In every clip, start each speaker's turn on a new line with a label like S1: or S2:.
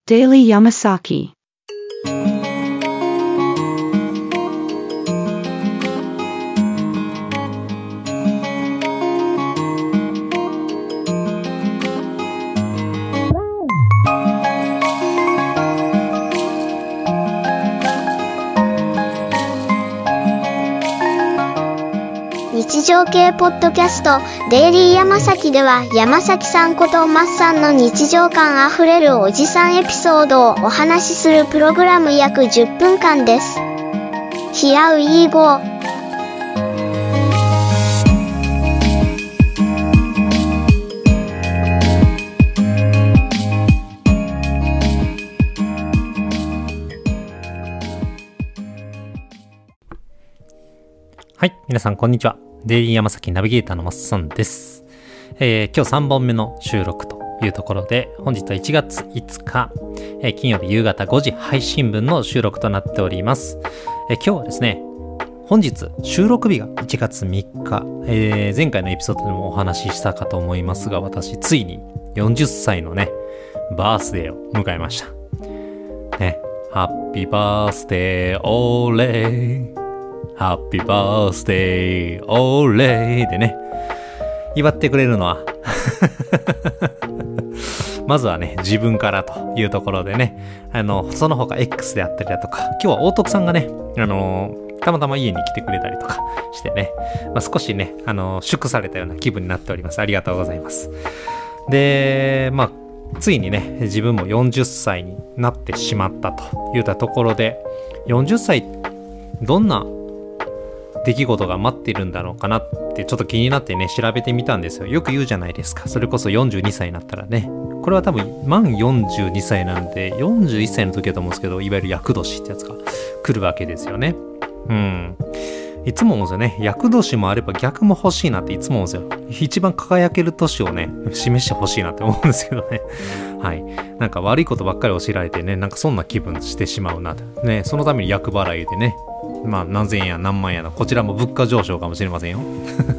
S1: Daily Yamasaki.
S2: 日常系ポッドキャストデイリーヤマサキでは山崎さんことマッさんの日常感あふれるおじさんエピソードをお話しするプログラム約10分間です。Here we go。
S3: はい、皆さんこんにちは。デイリーヤマサキナビゲーターのマッサンです。今日3本目の収録というところで、本日は1月5日、金曜日夕方5時配信分の収録となっております。今日はですね、本日収録日が1月3日、前回のエピソードでもお話ししたかと思いますが、私ついに40歳のね、バースデーを迎えました。ね、ハッピーバースデーオーレー。ハッピーバースデーオーレーでね、祝ってくれるのはまずはね、自分からというところでね、その他 X であったりだとか、今日は大徳さんがね、たまたま家に来てくれたりとかしてね、少しね、祝されたような気分になっております。ありがとうございます。で、ついにね、自分も40歳になってしまったといったところで、40歳どんな出来事が待っているんだろうかなってちょっと気になってね、調べてみたんですよ。よく言うじゃないですか。それこそ42歳になったらね、これは多分満42歳なんで41歳の時だと思うんですけど、いわゆる厄年ってやつが来るわけですよね。いつも思うんですよね。厄年もあれば逆も欲しいなっていつも思うんですよ。一番輝ける年をね、示してほしいなって思うんですけどね。はい。なんか悪いことばっかり教えられてね、なんかそんな気分してしまうなと。ね、そのために厄払いでね、何千円や何万円やの、こちらも物価上昇かもしれませんよ。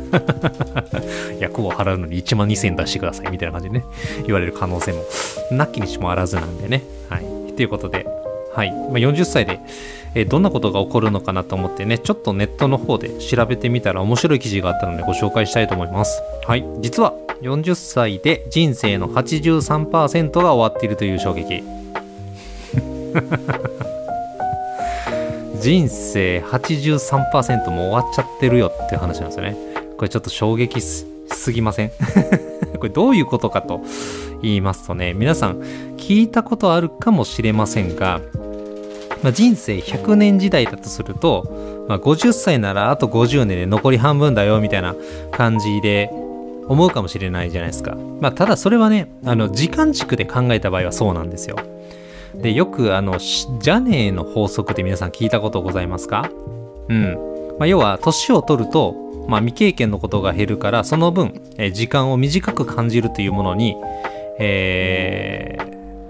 S3: 厄を払うのに1万2000円出してくださいみたいな感じでね、言われる可能性もなきにしもあらずなんでね。はい。ということで、はい。40歳で、どんなことが起こるのかなと思ってね、ちょっとネットの方で調べてみたら面白い記事があったのでご紹介したいと思います。はい。実は40歳で人生の 83% が終わっているという衝撃。人生 83% も終わっちゃってるよっていう話なんですよね。これちょっと衝撃すぎません？これどういうことかと言いますとね、皆さん聞いたことあるかもしれませんが、人生100年時代だとすると、50歳ならあと50年で残り半分だよみたいな感じで思うかもしれないじゃないですか。ただそれはね、時間軸で考えた場合はそうなんですよ。で、よくジャネーの法則って皆さん聞いたことございますか？要は年を取ると、未経験のことが減るから、その分、時間を短く感じるというものに、例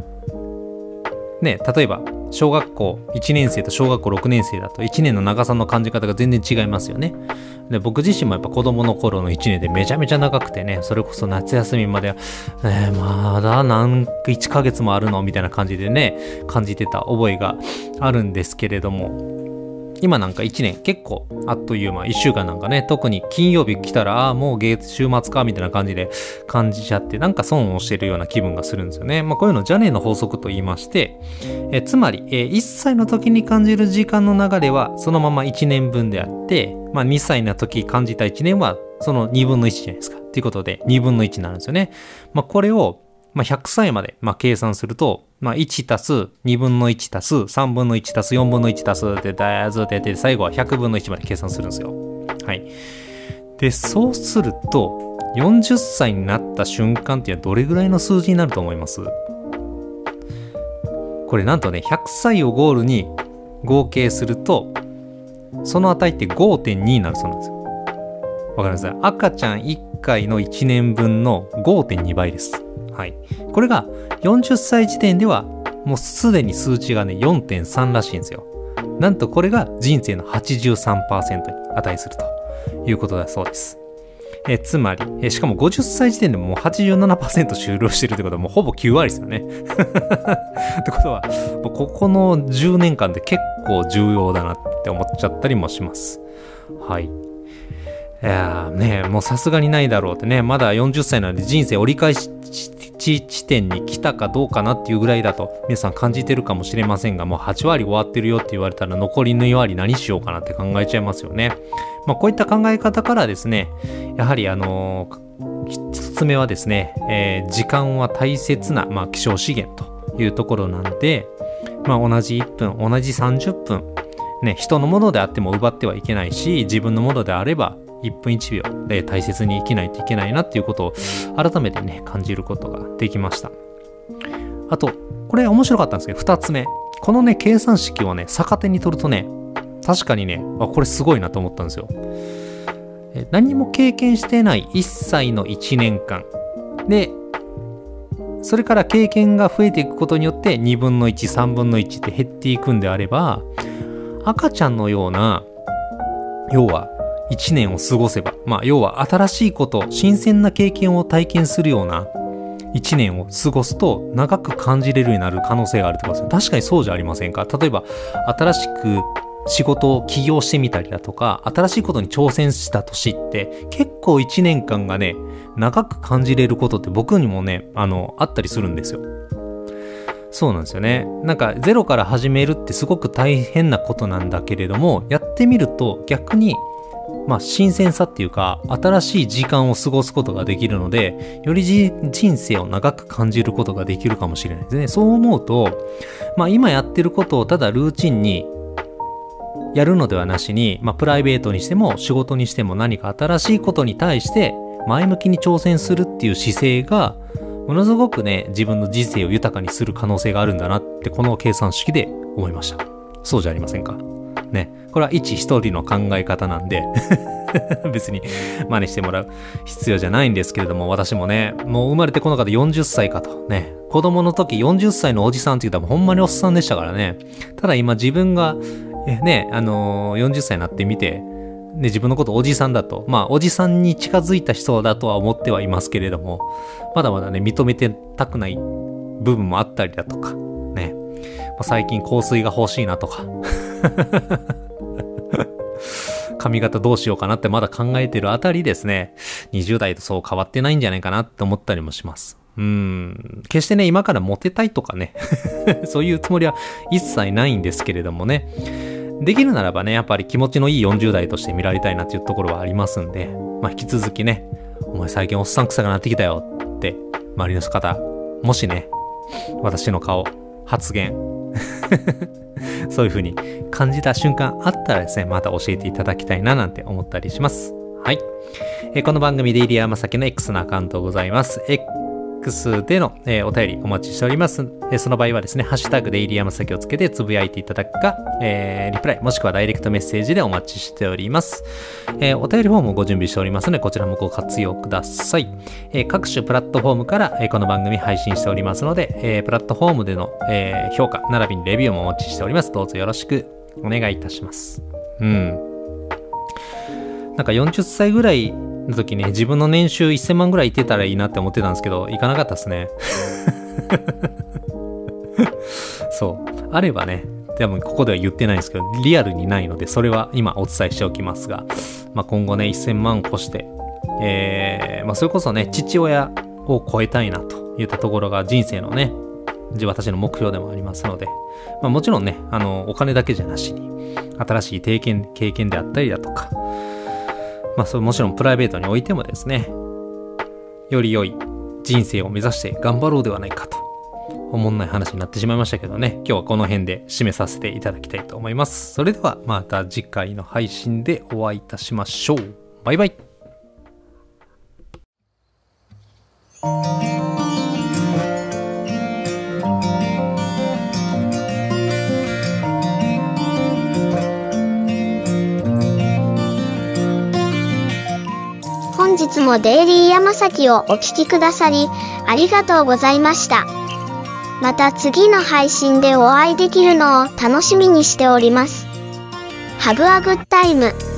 S3: えば小学校1年生と小学校6年生だと1年の長さの感じ方が全然違いますよね。で、僕自身もやっぱ子供の頃の1年でめちゃめちゃ長くてね、それこそ夏休みまでは、まだ1ヶ月もあるのみたいな感じでね、感じてた覚えがあるんですけれども、今なんか1年結構あっという間、1週間なんかね、特に金曜日来たら、もう週末かみたいな感じで感じちゃって、なんか損をしてるような気分がするんですよね。こういうのジャネーの法則と言いまして、つまり、1歳の時に感じる時間の流れはそのまま1年分であって、2歳の時感じた1年はその2分の1じゃないですか。ということで2分の1になるんですよね。これを100歳まで計算すると、1足す2分の1足す3分の1足す4分の1足すってずっとやって最後は100分の1まで計算するんですよ。はい。で、そうすると40歳になった瞬間ってどれぐらいの数字になると思います？これなんとね、100歳をゴールに合計するとその値って 5.2 になるそうなんですよ。わかります？赤ちゃん1回の1年分の 5.2 倍です。はい。これが40歳時点ではもうすでに数値がね 4.3 らしいんですよ。なんとこれが人生の 83% に値するということだそうです。 つまり、しかも50歳時点でもう 87% 終了してるってことはもうほぼ9割ですよね。ってことは、ここの10年間で結構重要だなって思っちゃったりもします。はい。いやね、もうさすがにないだろうってね、まだ40歳なので人生折り返し地点に来たかどうかなっていうぐらいだと皆さん感じてるかもしれませんが、もう8割終わってるよって言われたら残りの2割何しようかなって考えちゃいますよね。こういった考え方からですね、やはり一つ目はですね、時間は大切な、希少資源というところなんで、同じ1分、同じ30分、ね、人のものであっても奪ってはいけないし、自分のものであれば1分1秒で大切に生きないといけないなっていうことを改めてね、感じることができました。あと、これ面白かったんですけど、2つ目。このね、計算式をね、逆手に取るとね、確かにね、これすごいなと思ったんですよ。何も経験してない1歳の1年間で、それから経験が増えていくことによって2分の1、3分の1って減っていくんであれば、赤ちゃんのような、要は1年を過ごせば、要は新しいこと、新鮮な経験を体験するような1年を過ごすと長く感じれるようになる可能性があるってことですね。確かにそうじゃありませんか。例えば、新しく仕事を起業してみたりだとか、新しいことに挑戦した年って結構1年間がね、長く感じれることって僕にもね、あったりするんですよ。そうなんですよね。なんかゼロから始めるってすごく大変なことなんだけれども、やってみると逆に新鮮さっていうか、新しい時間を過ごすことができるので、より人生を長く感じることができるかもしれないですね。そう思うと、今やってることをただルーチンにやるのではなしに、プライベートにしても仕事にしても何か新しいことに対して前向きに挑戦するっていう姿勢が、ものすごくね、自分の人生を豊かにする可能性があるんだなって、この計算式で思いました。そうじゃありませんか。ね。これは一人の考え方なんで、別に真似してもらう必要じゃないんですけれども、私もね、もう生まれてこの方40歳かと。ね。子供の時40歳のおじさんって言ったらほんまにおっさんでしたからね。ただ今自分が、ね、40歳になってみて、ね、自分のことおじさんだと、おじさんに近づいた人だとは思ってはいますけれども、まだまだね、認めてたくない部分もあったりだとか、ね、最近香水が欲しいなとか、髪型どうしようかなってまだ考えてるあたりですね、20代とそう変わってないんじゃないかなって思ったりもします。決してね、今からモテたいとかね、そういうつもりは一切ないんですけれどもね、できるならばね、やっぱり気持ちのいい40代として見られたいなっていうところはありますんで、引き続きね、お前最近おっさん臭くなってきたよって、周りの方、もしね、私の顔、発言、そういう風に感じた瞬間あったらですね、また教えていただきたいななんて思ったりします。はい。この番組デイリーヤマサキの X のアカウントございます。X での、お便りお待ちしております。その場合はですね、ハッシュタグデイリーヤマサキをつけてつぶやいていただくか、リプライもしくはダイレクトメッセージでお待ちしております。お便りフォームをご準備しておりますので、こちらもご活用ください。各種プラットフォームから、この番組配信しておりますので、プラットフォームでの、評価並びにレビューもお待ちしております。どうぞよろしくお願いいたします。なんか40歳ぐらいの時に自分の年収1000万ぐらいいってたらいいなって思ってたんですけど、いかなかったですね。そう。あればね、多分ここでは言ってないんですけど、リアルにないので、それは今お伝えしておきますが、今後ね、1000万越して、それこそね、父親を超えたいなといったところが人生のね、私の目標でもありますので、もちろんね、お金だけじゃなしに、新しい経験であったりだとか、それもちろんプライベートにおいてもですね、より良い人生を目指して頑張ろうではないかと、おもんない話になってしまいましたけどね、今日はこの辺で締めさせていただきたいと思います。それではまた次回の配信でお会いいたしましょう。バイバイ。
S2: 本日もデイリーヤマサキをお聞きくださりありがとうございました。また次の配信でお会いできるのを楽しみにしております。Have a good time.